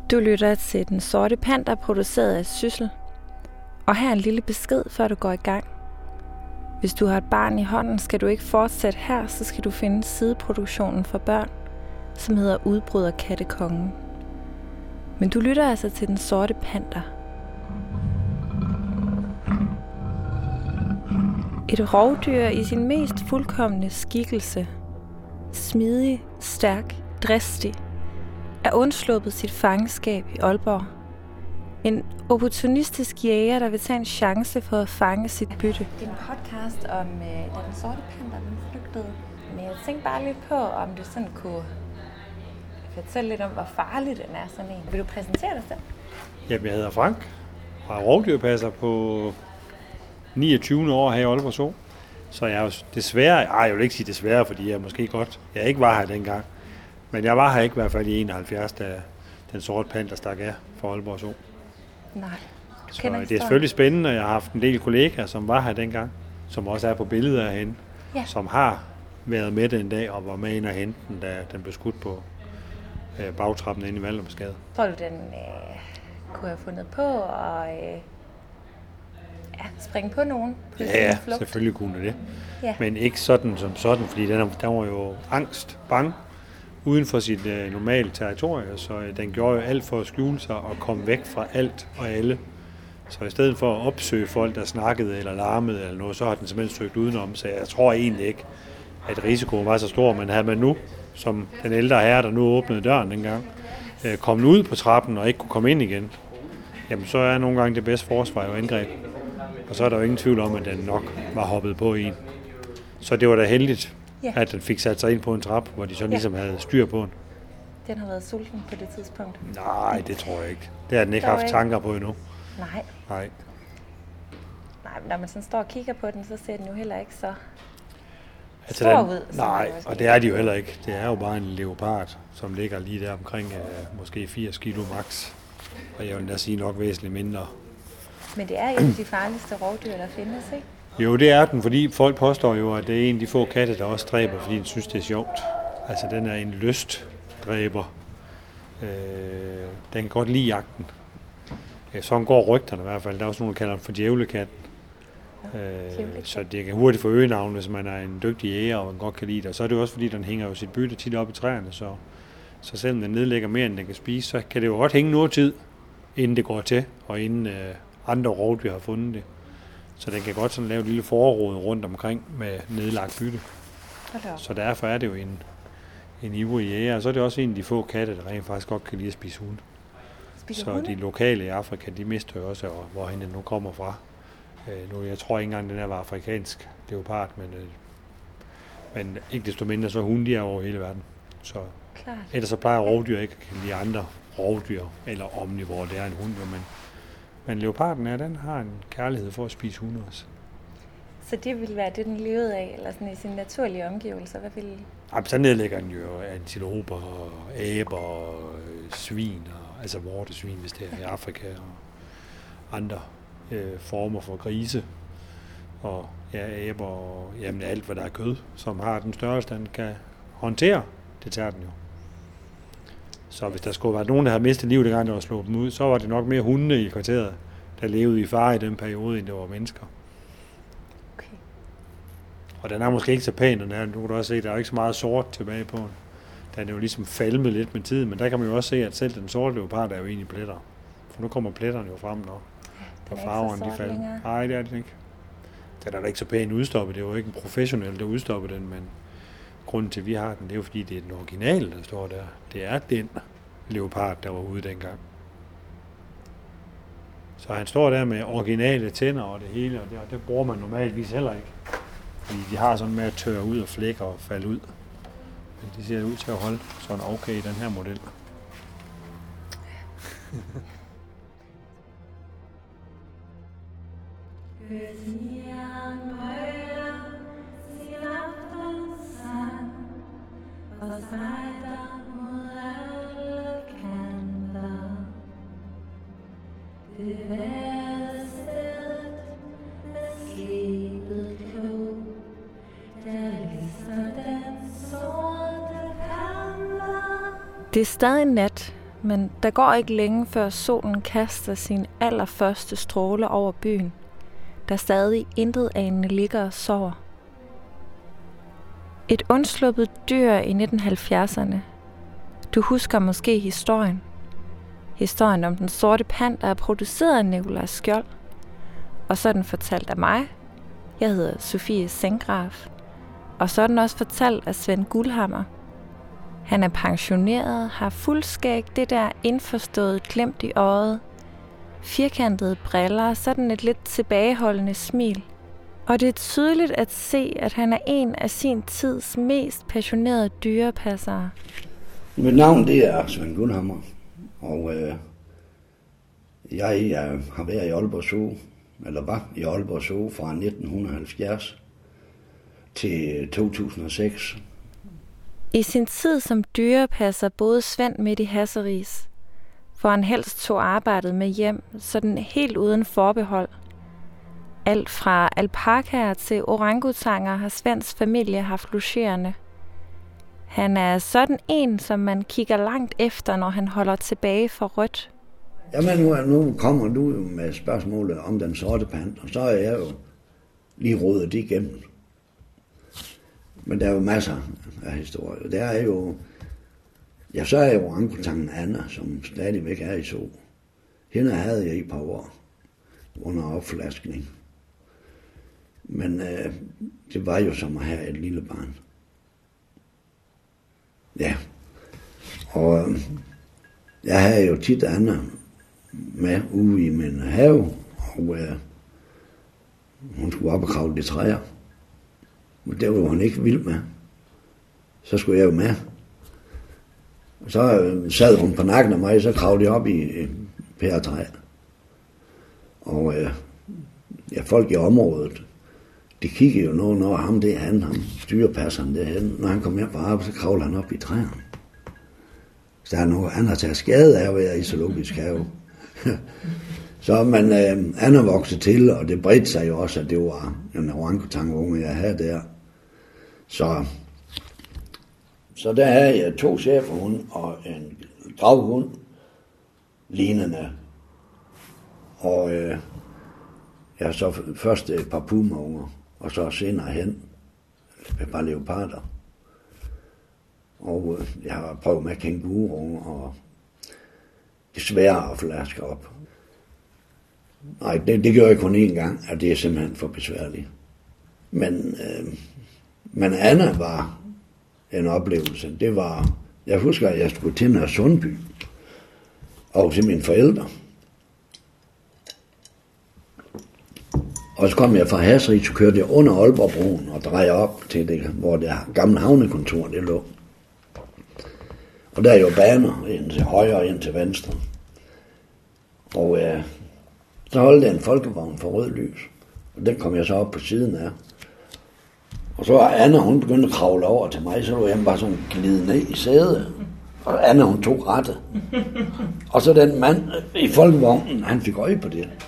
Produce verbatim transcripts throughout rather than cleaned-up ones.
Du lytter til Den Sorte Panter, produceret af Syssel. Og her er en lille besked, før du går i gang. Hvis du har et barn i hånden, skal du ikke fortsætte her, så skal du finde sideproduktionen for børn, som hedder Udbryder Kattekongen. Men du lytter altså til Den Sorte Panter. Et rovdyr i sin mest fuldkomne skikkelse. Smidig, stærk, dristig. Er undsluppet sit fangenskab i Aalborg. En opportunistisk jæger, der vil tage en chance for at fange sit bytte. Det er en podcast om uh, den sorte panter, den flygtede. Men jeg tænkte bare lidt på, om du sådan kunne fortælle lidt om, hvor farlig den er sådan en. Vil du præsentere dig selv? Jamen, jeg hedder Frank, og er rovdyrpasser på niogtyve år her i Aalborg Zoo. Så jeg er jo desværre, ej, jeg vil ikke sige desværre, fordi jeg måske godt, jeg ikke var her dengang. Men jeg var her ikke i hvert fald i enoghalvfjerds, da den sorte panter stak af for Aalborg Zoo. Nej. Så det er selvfølgelig spændende, jeg har haft en del kollegaer, som var her dengang, som også er på billeder herhenne, ja. Som har været med den dag og var med ind og hente den, da den blev skudt på øh, bagtrappen inde i Valdemarsgade. Tror du, den øh, kunne have fundet på at øh, ja, springe på nogen? På ja, selvfølgelig kunne det. Ja. Men ikke sådan som sådan, fordi den, den var jo angst, bange, uden for sit øh, normale territorium, så øh, den gjorde jo alt for at skjule sig og komme væk fra alt og alle. Så i stedet for at opsøge folk, der snakkede eller larmede eller noget, så har den simpelthen søgt udenom. Så jeg tror egentlig ikke, at risikoen var så stor, men havde man nu, som den ældre herre, der nu åbnede døren dengang, øh, kommet ud på trappen og ikke kunne komme ind igen, jamen så er nogle gange det bedste forsvar jo angreb. Og så er der jo ingen tvivl om, at den nok var hoppet på en. Så det var da heldigt, ja. At den fik sat sig ind på en trap, hvor de så ligesom ja. Havde styr på den. Den har været sulten på det tidspunkt? Nej, det tror jeg ikke. Det har den ikke haft ikke. tanker på endnu. Nej. Nej. Nej, men når man sådan står og kigger på den, så ser den jo heller ikke så altså stor den, ud. Nej, og det er de jo heller ikke. Det er jo bare en leopard, som ligger lige der omkring uh, måske firs kilo max. Og jeg vil da sige nok væsentligt mindre. Men det er et af de farligste rovdyr, der findes, ikke? Jo, det er den, fordi folk påstår jo, at det er en af de få katte, der også dræber, fordi den synes, det er sjovt. Altså, den er en lystdræber. Øh, den kan godt lide jagten. Sådan går rygterne i hvert fald. Der er også nogen, der kalder den for djævlekatten. Ja, øh, så det kan hurtigt få øgenavn, hvis man er en dygtig jæger, og man godt kan lide det. Og så er det også, fordi den hænger jo sit bytte tit op i træerne, så, så selvom den nedlægger mere, end den kan spise, så kan det jo godt hænge noget tid, inden det går til, og inden øh, andre rovdyr har fundet det. Så den kan godt sådan lave et lille forråd rundt omkring med nedlagt bytte. Så derfor er det jo en, en ivrig jæger. Og så er det også en af de få katte, der rent faktisk godt kan lide at spise hunde. Spise så hunde? De lokale i Afrika, de mister jo også, hvor hende nu kommer fra. Øh, nu, jeg tror ikke engang, den her var afrikansk leopard, men, øh, men ikke desto mindre, så hunde de er over hele verden. Så Klart. Ellers så plejer rovdyr ikke at lide andre rovdyr, eller omnivore, det er en hund, men Men leoparden er, den har en kærlighed for at spise hunde også. Så det ville være det, den levede af, eller sådan i sine naturlige omgivelser? Hvad ville... Jamen, så nedlægger den jo antiloper, og aber, og svin, og, altså vortesvin, hvis det er i Afrika, og andre øh, former for grise, og ja, aber, og jamen, alt, hvad der er kød, som har den størrelse, den kan håndtere, det tager den jo. Så hvis der skulle være nogen, der havde mistet livet, dengang der var slået dem ud, så var det nok mere hunde i kvarteret, der levede i fare i den periode, end det var mennesker. Okay. Og den er måske ikke så pæn, den er. Du kan også se, at der er ikke så meget sort tilbage på den. Den er jo ligesom falmet lidt med tiden, men der kan man jo også se, at selv den sorte leopard er jo egentlig pletter. For nu kommer pletterne jo frem, når, når farverne de falder. Nej, det er det ikke. Den er da ikke så pæn udstoppet. Det er jo ikke en professionel, der udstopper den, men grunden til, at vi har den, det er jo fordi, det er den originale, der står der. Det er den leopard, der var ude dengang. Så han står der med originale tænder og det hele, og det, og det bruger man normalvis heller ikke. Fordi de har sådan med at tørre ud og flække og falde ud. Men de ser ud til at holde sådan okay i den her model. Det er stadig nat, men der går ikke længe, før solen kaster sin allerførste stråle over byen, der stadig intet anende ligger og sover. Et undsluppet dyr i nitten halvfjerdserne. Du husker måske historien. Historien om den sorte pand, der er produceret af Nikolaj Skjold. Og så er den fortalt af mig. Jeg hedder Sofie Sengraf. Og så er den også fortalt af Svend Guldhammer. Han er pensioneret, har fuldskæg, det der indforstået glemt i øjet, firkantede briller, sådan et lidt tilbageholdende smil. Og det er tydeligt at se, at han er en af sin tids mest passionerede dyrepassere. Mit navn det er Svend Guldhammer, og øh, jeg, jeg har været i Aalborg Zoo, eller var i Aalborg Zoo fra nitten halvfjerds til to tusind og seks. I sin tid som dyrepasser boede Svend midt i Hasseris, hvor han helst tog arbejdet med hjem, sådan helt uden forbehold. Alt fra alpakaer til orangutanger har Svends familie haft logerende. Han er sådan en, som man kigger langt efter, når han holder tilbage for rødt. Jamen, nu, nu kommer du med spørgsmålet om den sorte pand, og så er jeg jo lige rodet det igennem. Men der er jo masser af historier. Der er jo, ja, så er jo orangutangen Anna, som stadigvæk er i zoo. Hende havde jeg i et par år under opflaskning. Men øh, det var jo som at have et lille barn. Ja, og øh, jeg havde jo tit Anna med ude i min have, og øh, hun skulle op og kravle i træer. Men det var hun ikke vild med. Så skulle jeg jo med. Og så øh, sad hun på nakken af mig, så kravlede jeg op i øh, pæretræ. Og øh, ja, folk i området, de kiggede jo noget, når ham det er han, ham dyrepasseren derhen. Når han kom hjem fra arbejde, så kravlede han op i træerne. Så der er noget, han har taget skade af at være i zoologisk have. Så man, øh, han er vokset til, og det bredte sig jo også, at det var en orangutang-unge, jeg havde der. Så, så der havde jeg to schæferhunde og en gravhund, lignende. Og øh, jeg så først et par pumaunger, og så senere hen et par leoparder. Og øh, jeg har prøvet med kænguruer, og det er svære at flaske op. Nej, det, det gør jeg kun én gang, og det er simpelthen for besværligt. Men, øh, men Anna var en oplevelse. Det var, jeg husker, at jeg skulle til Nørre Sundby, og til mine forældre. Og så kom jeg fra Hasseris, så kørte jeg under Aalborgbroen og drejede op til det, hvor det gamle havnekontor det lå. Og der er jo baner, en til højre og en til venstre. Og øh, så holdt jeg en folkevogn for rød lys, og den kom jeg så op på siden af. Og så var Anna, hun begyndte at kravle over til mig, så var jeg bare sådan glide ned i sædet. Og Anna, hun tog rettet. Og så den mand i folkevognen, han fik øje på det.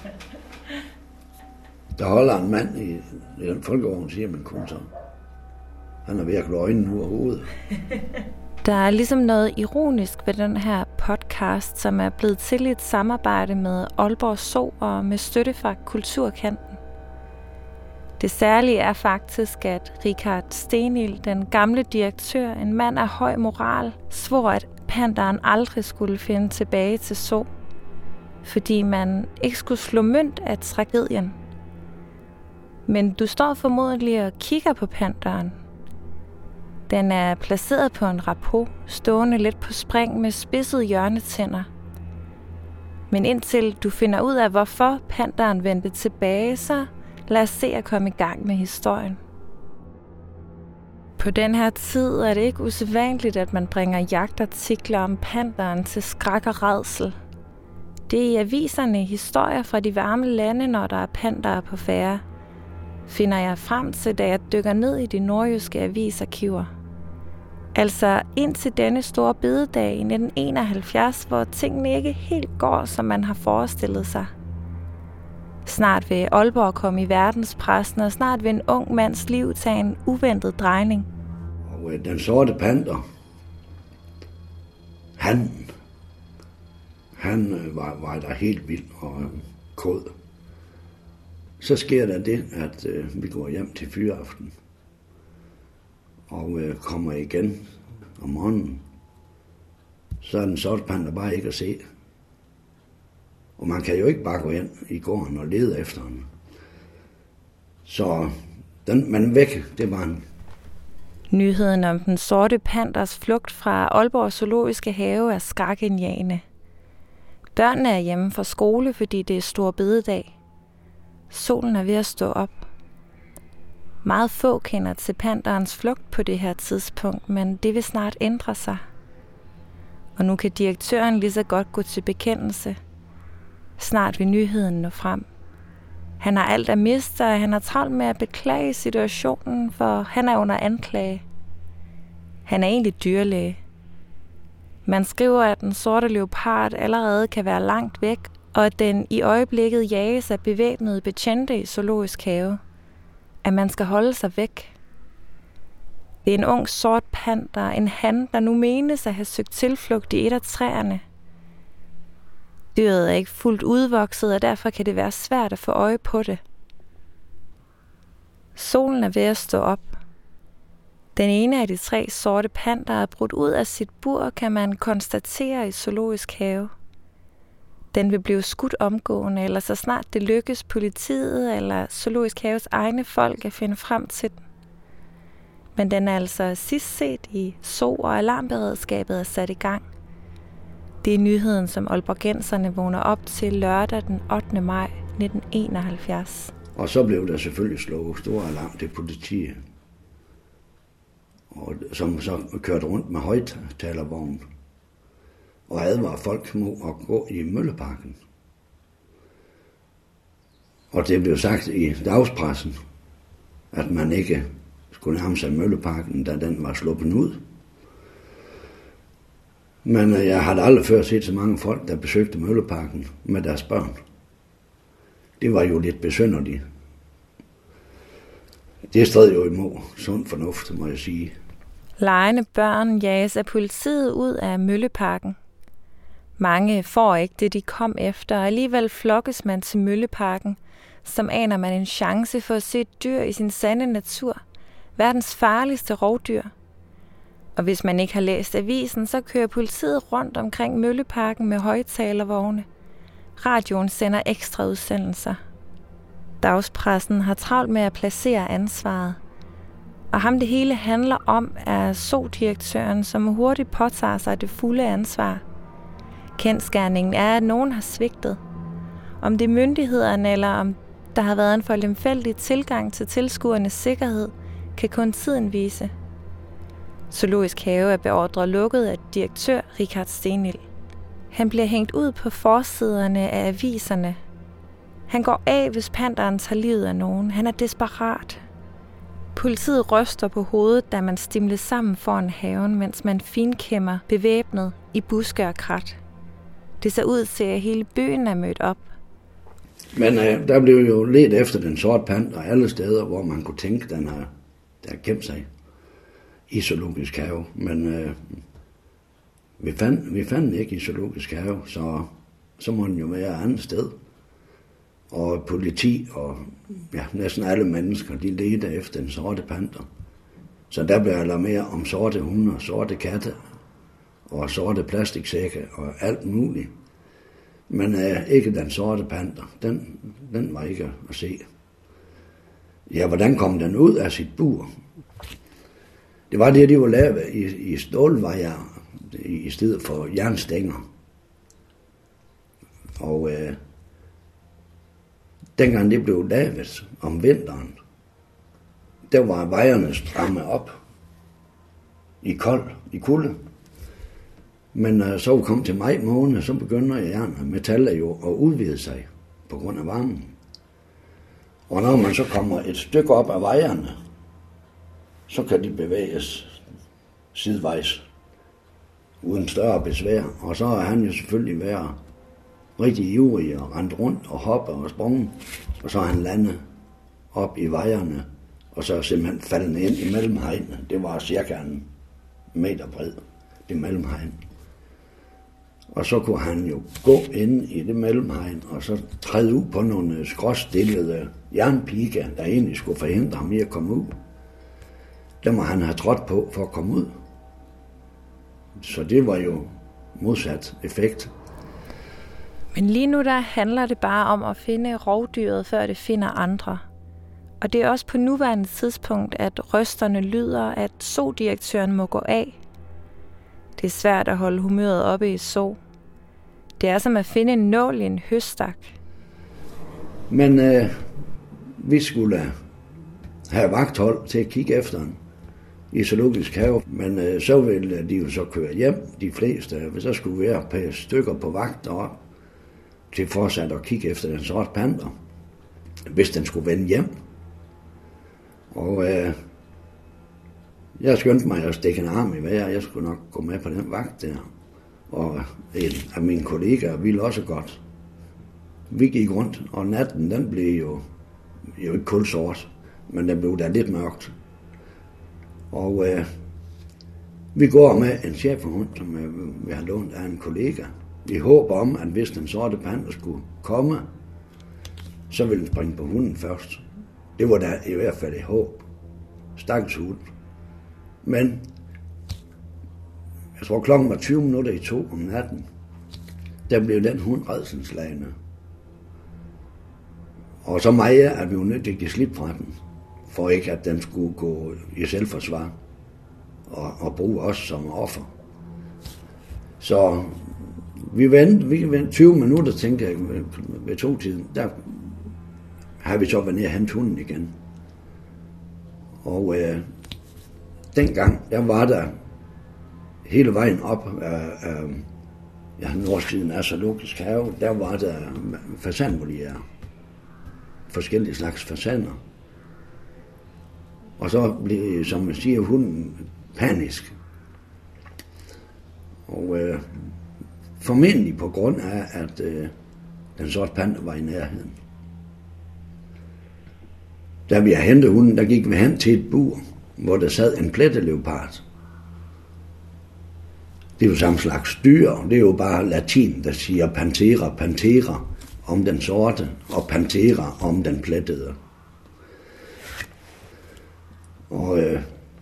Der holder en mand i, i den folkevogn, siger min kone så. Han er ved at klå øjnene ud af hovedet. Der er ligesom noget ironisk ved den her podcast, som er blevet til i et samarbejde med Aalborg Zoo og med støtte fra Kulturkanten. Det særlige er faktisk, at Richard Stenild, den gamle direktør, en mand af høj moral, svor, at pandaren aldrig skulle finde tilbage til zoo, fordi man ikke skulle slå mønt af tragedien. Men du står formodentlig og kigger på pandaren. Den er placeret på en rapport, stående lidt på spring med spidsede hjørnetænder. Men indtil du finder ud af, hvorfor pandaren vendte tilbage, så lad os se at komme i gang med historien. På den her tid er det ikke usædvanligt, at man bringer jagtartikler om pandaren til skræk og rædsel. Det er i aviserne historier fra de varme lande, når der er pandarer på færde, finder jeg frem til, da jeg dykker ned i de nordjyske avisarkiver. Altså indtil denne store bededag i nitten enoghalvfjerds, hvor tingene ikke helt går, som man har forestillet sig. Snart vil Aalborg komme i verdenspressen, og snart vil en ung mands liv tage en uventet drejning. Og den sorte panter, han, han øh, var, var der helt vild og øh, kod. Så sker der det, at øh, vi går hjem til fyraften og øh, kommer igen om morgenen. Så er den sorte panter bare ikke at se. Og man kan jo ikke bare gå ind i gården og lede efter den. Så den, man væk, det var en. Nyheden om den sorte panters flugt fra Aalborg Zoologiske Have er skrækindjagende. Børnene er hjemme fra skole, fordi det er stor bededag. Solen er ved at stå op. Meget få kender til panterens flugt på det her tidspunkt, men det vil snart ændre sig. Og nu kan direktøren lige så godt gå til bekendelse. Snart vil nyheden nå frem. Han har alt at miste, og han har travlt med at beklage situationen, for han er under anklage. Han er egentlig dyrlæge. Man skriver, at den sorte leopard allerede kan være langt væk, og at den i øjeblikket jages af bevæbnede betjente i Zoologisk Have. At man skal holde sig væk. Det er en ung sort panter, en han, der nu menes at have søgt tilflugt i et af træerne. Dyret er ikke fuldt udvokset, og derfor kan det være svært at få øje på det. Solen er ved at stå op. Den ene af de tre sorte panter er brudt ud af sit bur, kan man konstatere i Zoologisk Have. Den vil blive skudt omgående, eller så snart det lykkes politiet eller Zoologisk Haves egne folk at finde frem til den. Men den er altså sidst set i zoo, og alarmberedskabet er sat i gang. Det er nyheden, som aalborgenserne vågner op til lørdag den ottende maj nitten enoghalvfjerds. Og så blev der selvfølgelig slået stor alarm til politiet, og som så kørte rundt med højtalervognen og advarer folk mod at gå i Mølleparken. Og det blev sagt i dagspressen, at man ikke skulle nærme sig Mølleparken, da den var sluppet ud. Men jeg havde aldrig før set så mange folk, der besøgte Mølleparken med deres børn. Det var jo lidt besynderligt. Det stred jo imod sund fornuft, må jeg sige. Legende børn jages af politiet ud af Mølleparken. Mange får ikke det, de kom efter, og alligevel flokkes man til Mølleparken, som aner man en chance for at se et dyr i sin sande natur. Verdens farligste rovdyr. Og hvis man ikke har læst avisen, så kører politiet rundt omkring Mølleparken med højtalervogne. Radioen sender ekstra udsendelser. Dagspressen har travlt med at placere ansvaret. Og ham det hele handler om er zoodirektøren, som hurtigt påtager sig det fulde ansvar. Kendsgerningen er, at nogen har svigtet. Om det er myndighederne, eller om der har været en for lemfældig tilgang til tilskuernes sikkerhed, kan kun tiden vise. Zoologisk Have er beordret lukket af direktør Richard Stenild. Han bliver hængt ud på forsiderne af aviserne. Han går af, hvis panteren tager livet af nogen. Han er desperat. Politiet ryster på hovedet, da man stimles sammen foran haven, mens man finkæmmer bevæbnet i buske og krat. Det ser ud til, at hele byen er mødt op. Men øh, der blev jo ledt efter den sorte panter alle steder, hvor man kunne tænke, den har, der har gemt sig i Zoologisk Have. Men øh, vi, fandt, vi fandt den ikke i Zoologisk Have, så, så må den jo være et andet sted. Og politi og ja, næsten alle mennesker, de ledte efter den sorte panter. Så der blev alarmeret om sorte hunde og sorte katte og sorte plastiksække og alt muligt. Men øh, ikke den sorte panter. Den, den var ikke at se. Ja, hvordan kom den ud af sit bur? Det var det, de var lavet i, i stålvejer i, i stedet for jernstænger. Og øh, dengang det blev lavet om vinteren, der var vejerne stramme op i kold, i kulde. Men øh, så vi kom til maj måned, så begynder jern og metaller jo at udvide sig på grund af varmen. Og når man så kommer et stykke op af vejerne, så kan de bevæges sidevejs uden større besvær. Og så er han jo selvfølgelig været rigtig ivrig og rendt rundt og hoppe og sprunget. Og så er han landet op i vejerne, og så er simpelthen faldet ind i mellemhegnet. Det var cirka en meter bred, det mellemhegn. Og så kunne han jo gå ind i det mellemhegn, og så træde ud på nogle skråstillede jernpigger, der egentlig skulle forhindre ham i at komme ud. Der må han have trådt på for at komme ud. Så det var jo modsat effekt. Men lige nu der handler det bare om at finde rovdyret, før det finder andre. Og det er også på nuværende tidspunkt, at røsterne lyder, at zoodirektøren må gå af. Det er svært at holde humøret oppe i zoo. Det er som at finde en nål i en høstak. Men øh, vi skulle have vagthold til at kigge efter den i zoologisk have. Men øh, så ville de jo så køre hjem, de fleste. Så skulle vi være et par stykker på vagt deroppe til fortsat at kigge efter den sorte panter, hvis den skulle vende hjem. Og øh, jeg skyndte mig at stikke en arm i vejret. Jeg skulle nok gå med på den vagt der. Og en af mine kollegaer ville også godt. Vi gik rundt, og natten den blev jo, jo ikke kulsort, men den blev da lidt mørkt. Og øh, vi går med en schæferhund, som øh, vi har lånt af en kollega. Vi håber om, at hvis den sorte panter skulle komme, så ville den springe på hunden først. Det var da i hvert fald et håb. Stakkels hund. Men jeg tror klokken var tyve minutter i to om natten. Der blev den hund rædselslagne. Og så meget, at vi var nødt til at give slip fra den, for ikke at den skulle gå i selvforsvar og, og bruge os som offer. Så vi ventede, vi ventede tyve minutter, tænkte jeg, ved, ved to-tiden. Der har vi så været nede og hentet hunden igen. Og øh, dengang, der var der hele vejen op af, af ja, nordsiden af zoologisk have, der var der fasanvoliere. Forskellige slags fasaner. Og så blev, som man siger, hunden panisk. Og øh, formentlig på grund af, at øh, den sorte panter var i nærheden. Da vi har hentet hunden, der gik vi hen til et bur, hvor der sad en pletteleopard. Det er jo samme slags dyr, det er jo bare latin, der siger pantera, pantera om den sorte, og pantera om den plettede. Og øh,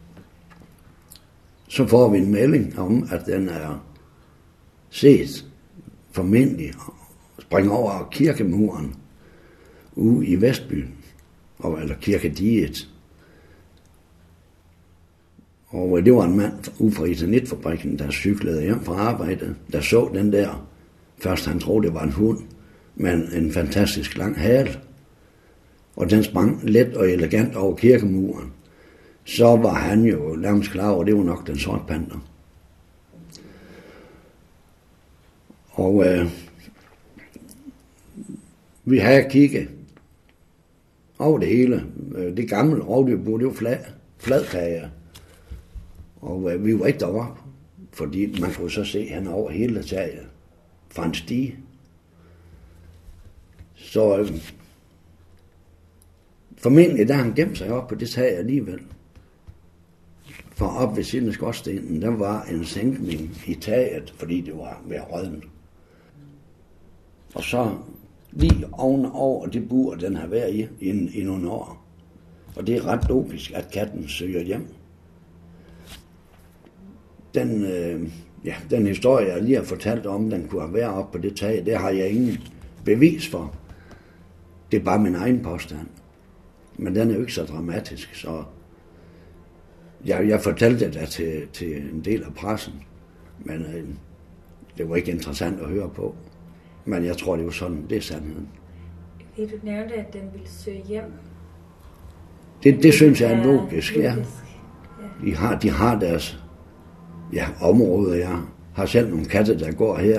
så får vi en melding om, at den er set formentlig springe over kirkemuren ude i Vestbyen, eller kirkediget. Og det var en mand ude fra Eternitfabrikken, der cyklede hjem fra arbejde, der så den der. Først han troede, det var en hund, men en fantastisk lang hale. Og den sprang let og elegant over kirkemuren. Så var han jo nærmest klar over, det var nok den sorte panter. Og øh, vi havde kigget over det hele. Det gamle rovdyrbur, det var flad, fladtager. Og øh, vi var ikke deroppe, fordi man kunne så se han over hele taget fra en stige. Så øh, formentlig der han gemte sig op på det tag alligevel. For op ved siden af skorstenen, der var en sænkning i taget, fordi det var ved rødden. Og så lige ovenover det bur, den har været i, i, i nogle år. Og det er ret logisk, at katten søger hjem. Den, øh, ja, den historie, jeg lige har fortalt om, den kunne have været oppe på det tag, det har jeg ingen bevis for. Det er bare min egen påstand. Men den er jo ikke så dramatisk, så jeg, jeg fortalte det til, til en del af pressen, men øh, det var ikke interessant at høre på. Men jeg tror, det var sådan, det er sandheden. Du nævnte, at den ville søge hjem. Det, det, det synes jeg er logisk, ja. De har, de har deres ja, områder. Jeg har selv nogle katte, der går her.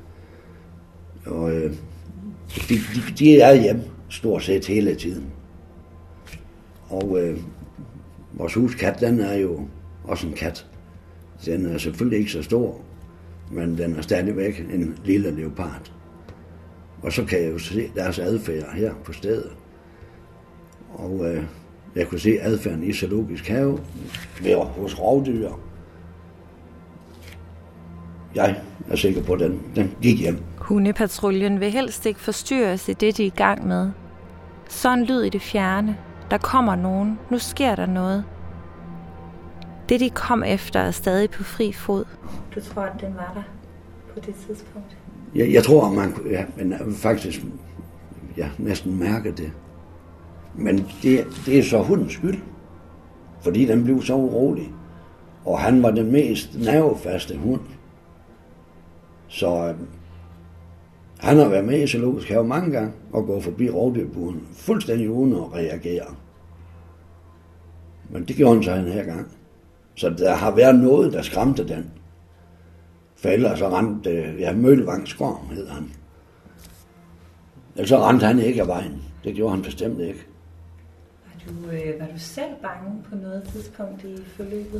Og øh, de, de, de er hjemme stort set hele tiden. Og øh, vores huskat, den er jo også en kat. Den er selvfølgelig ikke så stor, men den er stadigvæk en lille leopard. Og så kan jeg jo se deres adfærd her på stedet. Og øh, jeg kunne se adfærden i zoologisk have, ved hos rovdyr. Jeg er sikker på, at den, den gik hjem. Hundepatruljen vil helst ikke forstyrres i det, de er i gang med. Så en lyd i det fjerne. Der kommer nogen. Nu sker der noget. Det, de kom efter, er stadig på fri fod. Du tror, at den var der på det tidspunkt? Jeg, jeg tror, man kunne, ja, men faktisk, ja, næsten mærke det. Men det, det er så hundens skyld, fordi den blev så urolig. Og han var den mest nervefaste hund. Så øh, han har været med i zoologisk have mange gange og gået forbi rovdyrburen fuldstændig uden at reagere. Men det gjorde han så den her gang. Så der har været noget, der skræmte den. For ellers så rendte, ja, Møllevangsgård hed han. Ellers så rendte han ikke af vejen. Det gjorde han bestemt ikke. Var du, øh, var du selv bange på noget tidspunkt i forløbet?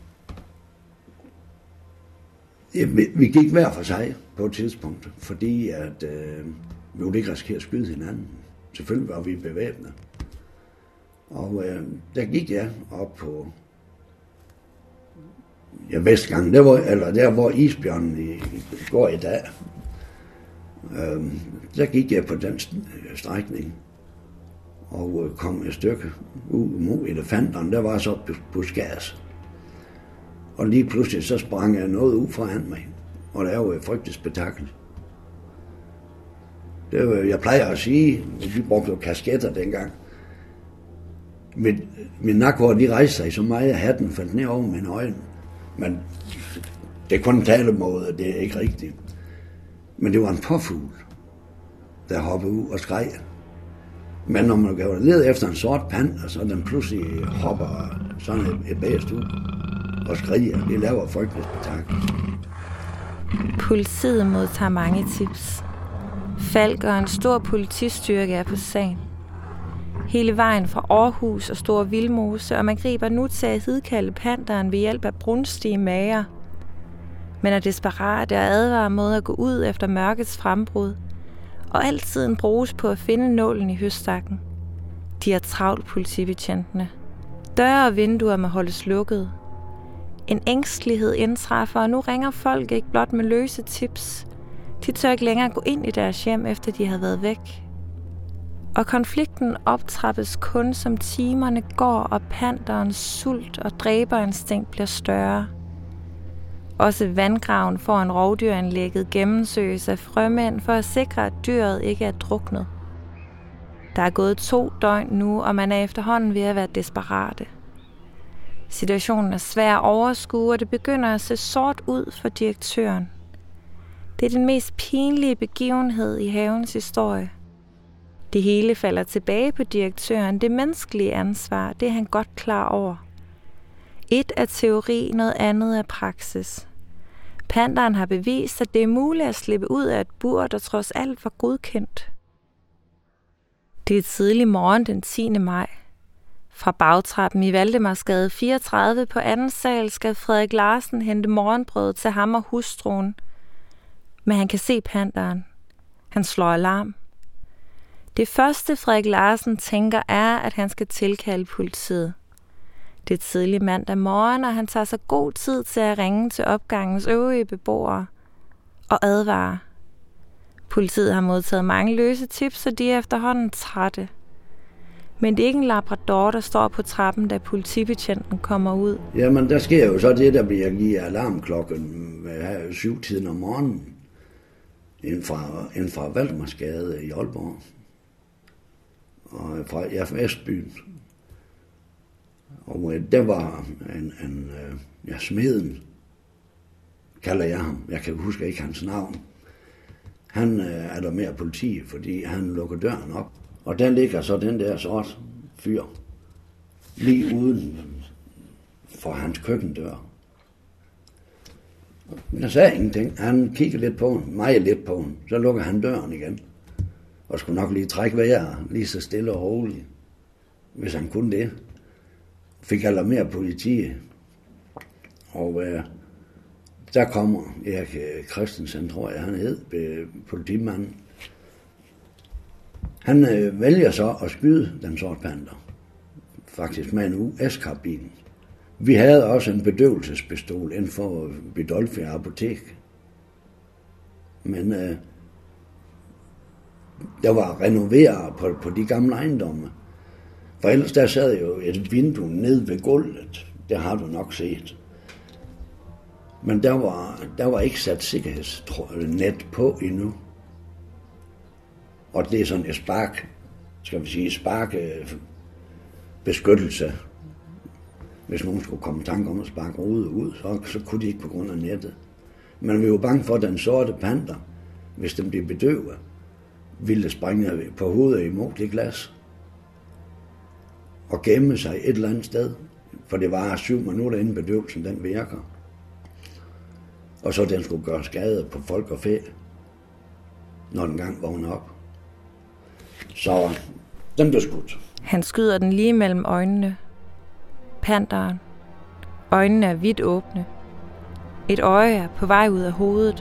Ja, vi, vi gik hver for sig på et tidspunkt, fordi at, øh, vi ville ikke risikere at skyde hinanden. Selvfølgelig var vi bevæbnet. Og øh, der gik jeg op på ja, Vestgangen, der hvor, eller der hvor isbjørnen i, går i dag. Øh, der gik jeg på den strækning og øh, kom et stykke ud mod elefanterne. Der var så buskads. Og lige pludselig så sprang jeg noget ud foran mig, og der var et frygteligt spektakel. Det var, jeg plejer at sige, at vi brugte jo kasketter dengang. Min, min nakhår, de rejste sig så meget, at hatten faldt ned over mine øjne. Men det er kun en talemåde, det er ikke rigtigt. Men det var en påfugl, der hoppede ud og skreg. Men når man går ned efter en sort panda, så den pludselig hopper sådan et, et bæst ud og skriger. Det laver frygteligt spektakel. Politiet modtager mange tips. Falk og en stor politistyrke er på sagen. Hele vejen fra Aarhus og Store Vildmose, og man griber nu til at hidkalde panderen ved hjælp af brunstige mager. Men er desperate og advarer mod at gå ud efter mørkets frembrud, og altid bruges på at finde nålen i høstakken. De er travlt, politibetjentene. Døre og vinduer må holdes lukket. En ængstelighed indtræffer, og nu ringer folk ikke blot med løse tips. De tør ikke længere gå ind i deres hjem, efter de havde været væk. Og konflikten optrappes kun, som timerne går, og panderens sult og dræberinstinkt bliver større. Også vandgraven foran rovdyranlægget gennemsøges af frømænd for at sikre, at dyret ikke er druknet. Der er gået to døgn nu, og man er efterhånden ved at være desperate. Situationen er svær at overskue, og det begynder at se sort ud for direktøren. Det er den mest pinlige begivenhed i havens historie. Det hele falder tilbage på direktøren. Det menneskelige ansvar, det er han godt klar over. Et er teori, noget andet er praksis. Panderen har bevist, at det er muligt at slippe ud af et bur, der trods alt var godkendt. Det er tidlig morgen den tiende maj. Fra bagtrappen i Valdemarsgade fireogtredive på anden sal skal Frederik Larsen hente morgenbrød til ham og hustruen. Men han kan se panderen. Han slår alarm. Det første Frederik Larsen tænker er, at han skal tilkalde politiet. Det er tidlig mandag morgen, og han tager sig god tid til at ringe til opgangens øvrige beboere og advare. Politiet har modtaget mange løse tips, og de er efterhånden trætte. Men det er ikke en labrador, der står på trappen, da politibetjenten kommer ud. Jamen, der sker jo så det, der bliver givet alarmklokken ved syv-tiden om morgenen inden fra, inden fra Valdemarsgade i Aalborg. Og fra, ja, fra Vestbyen. Og øh, der var en, en øh, ja, smeden, kalder jeg ham. Jeg kan huske ikke hans navn. Han øh, er der mere politi, fordi han lukker døren op. Og der ligger så den der sort fyr lige uden for hans køkkendør. Jeg sagde ingenting. Han kigger lidt på hende, meget lidt på hende. Så lukker han døren igen. Og skulle nok lige trække vejret, lige så stille og roligt, hvis han kunne det. Fik alarmeret politiet. Og øh, der kommer Erik Christensen, tror jeg, han hed, politimanden. Han øh, vælger så at skyde den sorte panter. Faktisk med en U S-karbin. Vi havde også en bedøvelsespistol inden for Bidolfi Apotek. Men øh, der var renoveret på, på de gamle ejendomme. For ellers der sad jo et vindue ned ved gulvet. Det har du nok set. Men der var, der var ikke sat sikkerhedsnet på endnu. Og det er sådan et spark, skal vi sige, spark beskyttelse. Hvis nogen skulle komme i tanke om at sparke rodet ud, så, så kunne de ikke på grund af nettet. Men vi var bange for, at den sorte panter, hvis den blev bedøvet, ville springe på hovedet imod det glas og gemme sig et eller andet sted. For det var syv minutter inden bedøvelsen, den virker. Og så den skulle gøre skade på folk og fæ, når den gang vågner op. Så den blev skudt. Han skyder den lige mellem øjnene. Panteren. Øjnene er vidt åbne. Et øje er på vej ud af hovedet.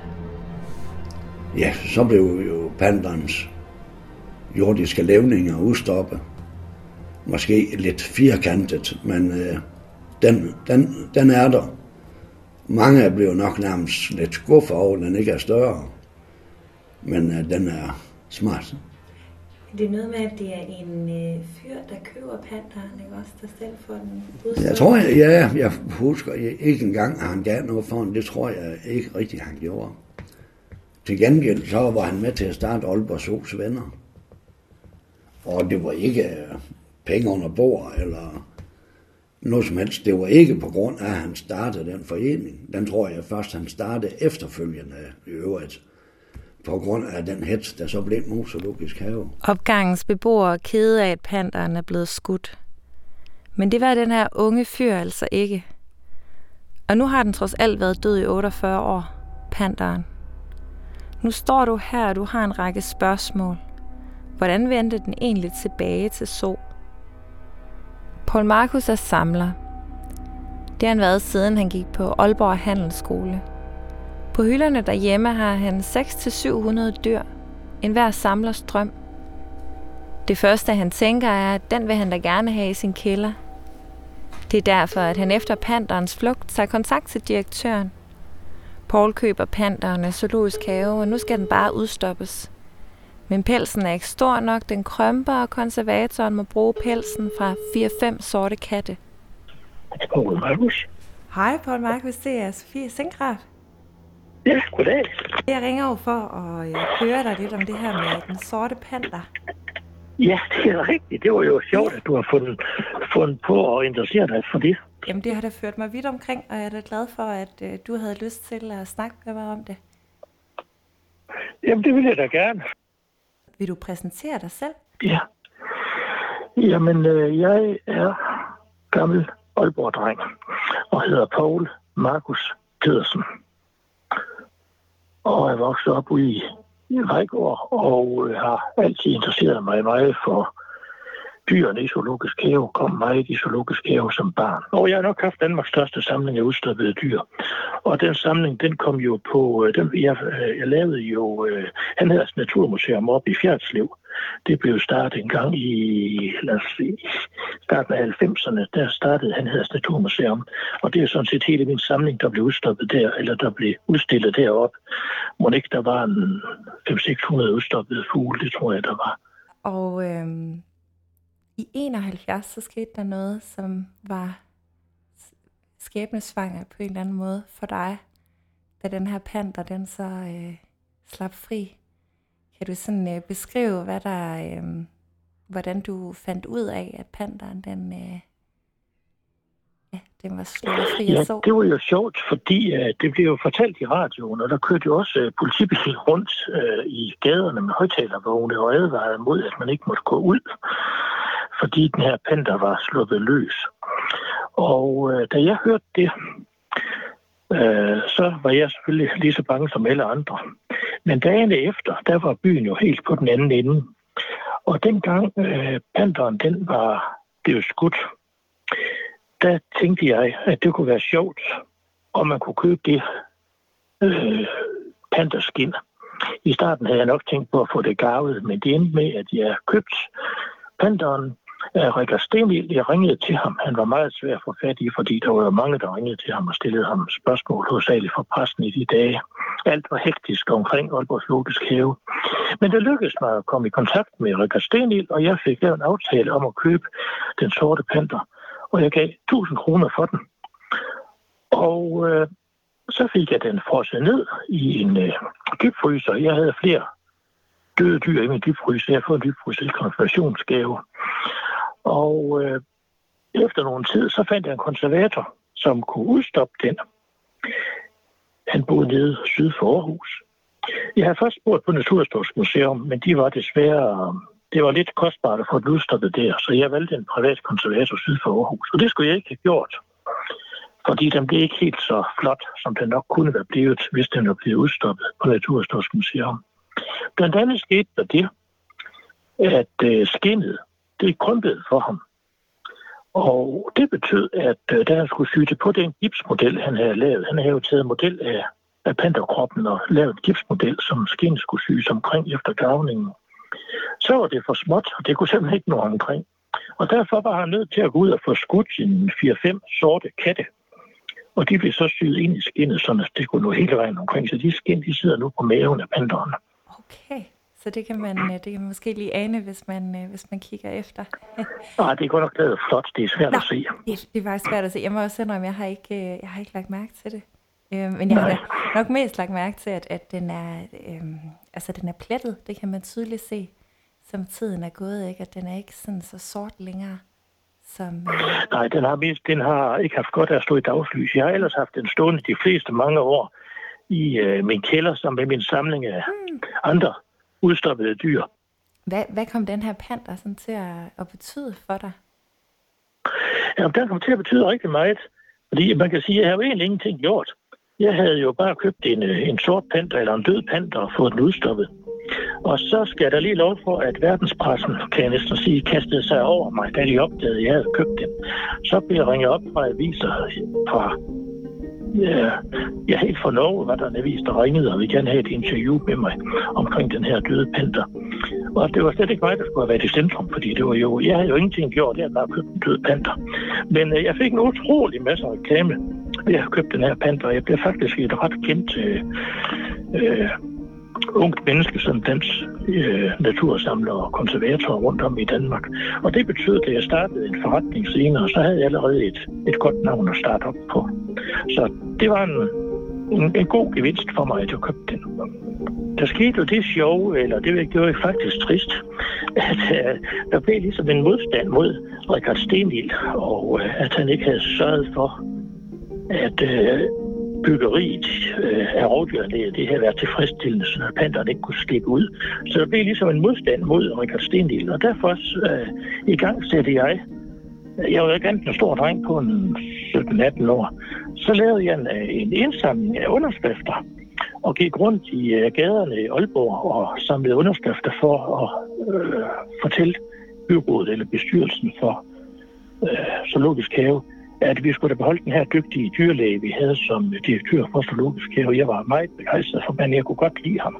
Ja, så blev jo panterens jordiske levninger udstoppet. Måske lidt firkantet, men øh, den, den, den er der. Mange er blevet nok nærmest lidt skuffet over, at den ikke er større. Men øh, den er smart. Det er noget med, at det er en øh, fyr, der køber panteren, ikke også, der selv får den udstået? Jeg tror, jeg, ja, jeg husker ikke engang, at han gav noget for den. Det tror jeg ikke rigtig, han gjorde. Til gengæld så var han med til at starte Aalborg So's Venner. Og det var ikke penge under bord eller noget som helst. Det var ikke på grund af, at han startede den forening. Den tror jeg først, han startede efterfølgende i øvrigt. På grund af den hets, der så blev Mors Zoologisk Have. Opgangens beboere er kede af, at panteren er blevet skudt. Men det var den her unge fyr altså ikke. Og nu har den trods alt været død i otteogfyrre år, panteren. Nu står du her, og du har en række spørgsmål. Hvordan vendte den egentlig tilbage til Zoo? Poul Marcus er samler. Det har han været siden han gik på Aalborg Handelsskole. På hylderne derhjemme har han seks til syv hundrede dyr. En hver samlers drøm. Det første han tænker er, at den vil han da gerne have i sin kælder. Det er derfor, at han efter panterens flugt tager kontakt til direktøren. Poul køber panteren af Zoologisk Have, og nu skal den bare udstoppes. Men pelsen er ikke stor nok, den krømper, og konservatoren må bruge pelsen fra fire fem sorte katte. Poul Marcus. Hej Poul Marcus, det er Sofie Sinkgraff. Ja, goddag. Jeg ringer jo for at høre dig lidt om det her med den sorte panter. Ja, det er rigtigt. Det var jo sjovt, at du har fundet, fundet på at interessere dig for det. Jamen, det har da ført mig vidt omkring, og jeg er da glad for, at øh, du havde lyst til at snakke med mig om det. Jamen, det vil jeg da gerne. Vil du præsentere dig selv? Ja. Jamen, øh, jeg er gammel Aalborg-dreng og hedder Poul Marcus Pedersen. Og er vokset op ude i, i Vejgaard og øh, har altid interesseret mig meget for dyrene i Zoologisk Have, kom meget i Zoologisk Have som barn. Og jeg har nok haft Danmarks største samling af udstoppede dyr. Og den samling, den kom jo på, den, jeg, jeg lavede jo øh, Hanheders Naturmuseum op i Fjerdslev. Det blev startet en gang i, lad os sige, starten af halvfemserne, der startede Hanheders Naturmuseum. Og det er sådan set hele min samling, der blev udstoppet der, eller der blev udstillet derop. Må ikke der var en fem til seks hundrede udstoppede fugle, det tror jeg, der var. Og øhm, i enoghalvfjerds, så skete der noget, som var skæbnesvanger på en eller anden måde for dig, da den her panter, den så øh, slap fri. Kan du sådan øh, beskrive, hvad der, øh, hvordan du fandt ud af, at panteren, den, øh, ja, den var slået fri? Ja, så. Det var jo sjovt, fordi øh, det blev jo fortalt i radioen, og der kørte jo også øh, politibiler rundt øh, i gaderne med højtalervogne og advarede mod, at man ikke måtte gå ud, fordi den her panter var sluppet løs. Og øh, da jeg hørte det, øh, så var jeg selvfølgelig lige så bange som alle andre. Men dagen efter, der var byen jo helt på den anden ende. Og dengang øh, panteren, den var blevet skudt, der tænkte jeg, at det kunne være sjovt, om man kunne købe det øh, panterskin. I starten havde jeg nok tænkt på at få det garvet, men det endte med, at jeg købte panteren, Richard Stenil, jeg ringede til ham. Han var meget svær at få fat i, fordi der var jo mange, der ringede til ham og stillede ham spørgsmål hovedsageligt fra pressen i de dage. Alt var hektisk omkring Aalborg Zoologisk Have. Men det lykkedes mig at komme i kontakt med Richard Stenil, og jeg fik lavet en aftale om at købe den sorte panter. Og jeg gav tusind kroner for den. Og øh, så fik jeg den frosset ned i en øh, dybfryser. Jeg havde flere døde dyr i min dybfryser. Jeg har fået en dybfryser i konfirmationsgave. Og øh, efter nogen tid, så fandt jeg en konservator, som kunne udstoppe den. Han boede nede syd for Aarhus. Jeg havde først spurgt på Naturhistorisk Museum, men de var desværre... Det var lidt kostbart at få den udstoppet der, så jeg valgte en privat konservator syd for Aarhus. Og det skulle jeg ikke have gjort, fordi den blev ikke helt så flot, som den nok kunne være blevet, hvis den var blevet udstoppet på Naturhistorisk Museum. Blandt andet skete der det, at øh, skinnet, det krympede for ham. Og det betød, at øh, da han skulle sy det på den gipsmodel, han havde lavet, han havde jo taget model af, af panterkroppen og lavet en gipsmodel, som skinnet skulle sys omkring efter garvningen, så var det for småt, og det kunne simpelthen ikke nå omkring. Og derfor var han nødt til at gå ud og få skudt sine fire fem sorte katte. Og de blev så syet ind i skinnet, så det kunne nå hele vejen omkring. Så de skin, de sidder nu på maven af panderen. Okay, så det kan man, det kan man måske lige ane, hvis man, hvis man kigger efter. Nej, det er godt nok lavet flot. Det er svært Nå, at se. Det, det er faktisk svært at se. Jeg må også indrømme, jeg har ikke, jeg har ikke lagt mærke til det. Men jeg har nok mest lagt mærke til, at, at den er, øhm, altså den er plettet. Det kan man tydeligt se, som tiden er gået, ikke? At den er ikke sådan så sort længere. Som, øh... Nej, den har, mest, den har ikke haft godt at stå i dagslys. Jeg har ellers haft den stående de fleste mange år i øh, min kælder, som med min samling af hmm. andre udstoppede dyr. Hvad, hvad kom den her panter sådan til at, at betyde for dig? Jamen, den kom til at betyde rigtig meget. Fordi man kan sige, at jeg har jo egentlig ingenting gjort. Jeg havde jo bare købt en, en sort panter eller en død panter og fået den udstoppet. Og så skal der lige lov for, at verdenspressen, kan jeg næsten sige, kastede sig over mig, da de opdagede, at jeg havde købt den. Så blev jeg ringet op fra aviser fra... Ja, jeg helt fra Norge var der en avis, der ringede, og vi gerne have et interview med mig omkring den her døde panter. Og det var slet ikke mig, der skulle have været i centrum, fordi det var jo, jeg havde jo ingenting gjort, jeg havde bare købt en død panter. Men øh, jeg fik en utrolig masse reklame ved at have købt den her panter, og jeg blev faktisk et ret kendt øh, øh, ungt menneske som dansk øh, natursamler og konservator rundt om i Danmark. Og det betød, at jeg startede en forretning senere, så havde jeg allerede et, et godt navn at starte op på. Så det var en, en, en god gevinst for mig, at jeg købte den. Der skete jo det sjove, eller det, det var faktisk trist, at uh, der blev ligesom en modstand mod Richard Stenil, og uh, at han ikke havde sørget for, at uh, byggeriet uh, af rovdyrlæget, det havde været tilfredsstillende, så panderne ikke kunne slippe ud. Så der blev ligesom en modstand mod Richard Stenil, og derfor uh, i gang satte jeg, jeg var ikke en stor dreng på en sytten atten år, så lavede jeg en, en indsamling af underskrifter, og gik rundt i uh, gaderne i Aalborg og samlede underskrifter for at øh, fortælle byrådet eller bestyrelsen for øh, Zoologisk Have, at vi skulle da beholde den her dygtige dyrlæge, vi havde som direktør for Zoologisk Have. Jeg var meget begejstret for manden, jeg kunne godt lide ham.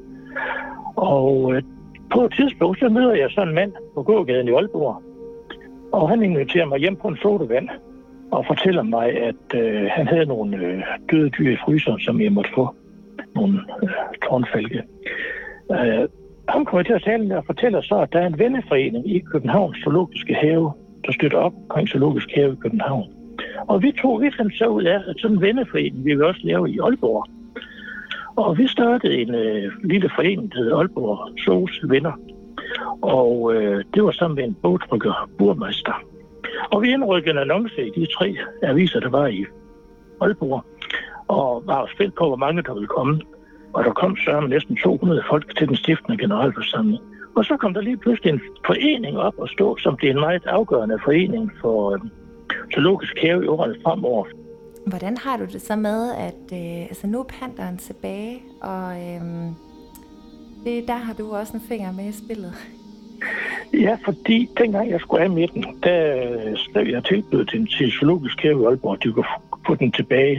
Og øh, på et tidspunkt, så møder jeg sådan en mand på gågaden i Aalborg, og han inviterer mig hjem på en sodavand og fortæller mig, at øh, han havde nogle øh, døde dyr i fryseren, som jeg måtte få. Nogle øh, tårnfalke. Øh, han kommer til at tale med og fortæller så, at der er en venneforening i Københavns Zoologiske Have, der støtter op omkring Zoologisk Have i København. Og vi to, vi fandt så ud af, at sådan en venneforening vi vil også lave i Aalborg. Og vi startede en øh, lille forening, der hedder Aalborg Zoos Venner. Og øh, det var sammen med en bogtrykker, Burmeister. Og vi indrykkede en annonce i de tre aviser, der var i Aalborg, og var spændt på, hvor mange der ville komme. Og der kom så næsten to hundrede folk til den stiftende generalforsamling. Og så kom der lige pludselig en forening op og stå, som blev en meget afgørende forening for øh, Zoologisk Have i årene fremover. Hvordan har du det så med, at øh, altså nu er panderen tilbage, og øh, det, der har du også en finger med i spillet? Ja, fordi dengang jeg skulle af med den, der skrev jeg tilbud til, til Zoologisk Have i Aalborg, at de kunne få den tilbage.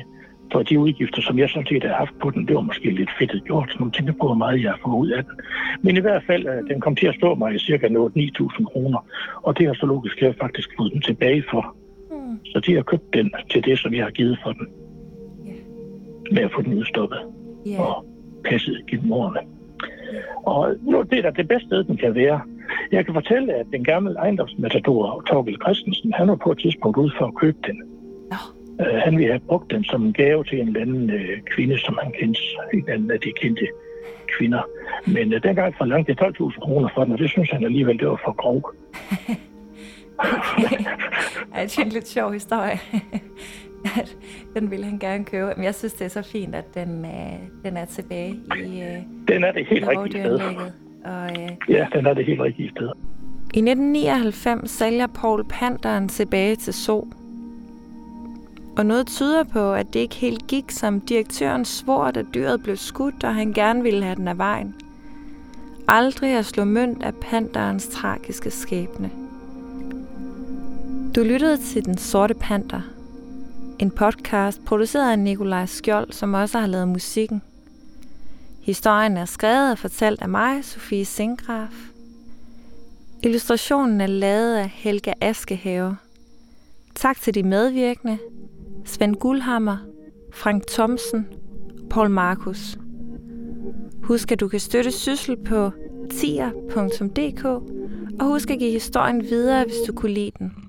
for de udgifter, som jeg sådan set har haft på den, det var måske lidt fedtet gjort, så man tænker på, hvor meget jeg får ud af den. Men i hvert fald, den kom til at stå mig i cirka ni tusind kroner, og det har så logisk, jeg faktisk fået den tilbage for. Mm. Så de har købt den til det, som jeg har givet for den. Yeah. Med at få den udstoppet yeah. og passet gennem årene. Yeah. Og nu det er da det bedste sted, den kan være. Jeg kan fortælle, at den gamle ejendomsmatador, Torgild Christensen, han var på et tidspunkt ude for at købe den. Oh. Uh, han ville have brugt den som en gave til en eller anden uh, kvinde, som han kendte, en anden af de kendte kvinder. Men uh, dengang forlangte det tolv tusind kroner for den, og det synes han alligevel, det var for grov. Okay. Ja, det er en lidt sjov historie. Den ville han gerne købe. Men jeg synes, det er så fint, at den, øh, den er tilbage i øh, den er det helt rigtige sted. Og, øh, ja, den er det helt rigtige sted. I nitten nioghalvfems sælger Poul Panderen tilbage til Zoo. Og noget tyder på, at det ikke helt gik, som direktøren svor, da dyret blev skudt, og han gerne ville have den af vejen. Aldrig at slå mønt af panderens tragiske skæbne. Du lyttede til Den Sorte Panter. En podcast produceret af Nikolaj Skjold, som også har lavet musikken. Historien er skrevet og fortalt af mig, Sofie Singgraf. Illustrationen er lavet af Helga Askehave. Tak til de medvirkende, Svend Guldhammer, Frank Thomsen, Paul Markus. Husk, at du kan støtte Syssel på tier punktum d k, og husk at give historien videre, hvis du kunne lide den.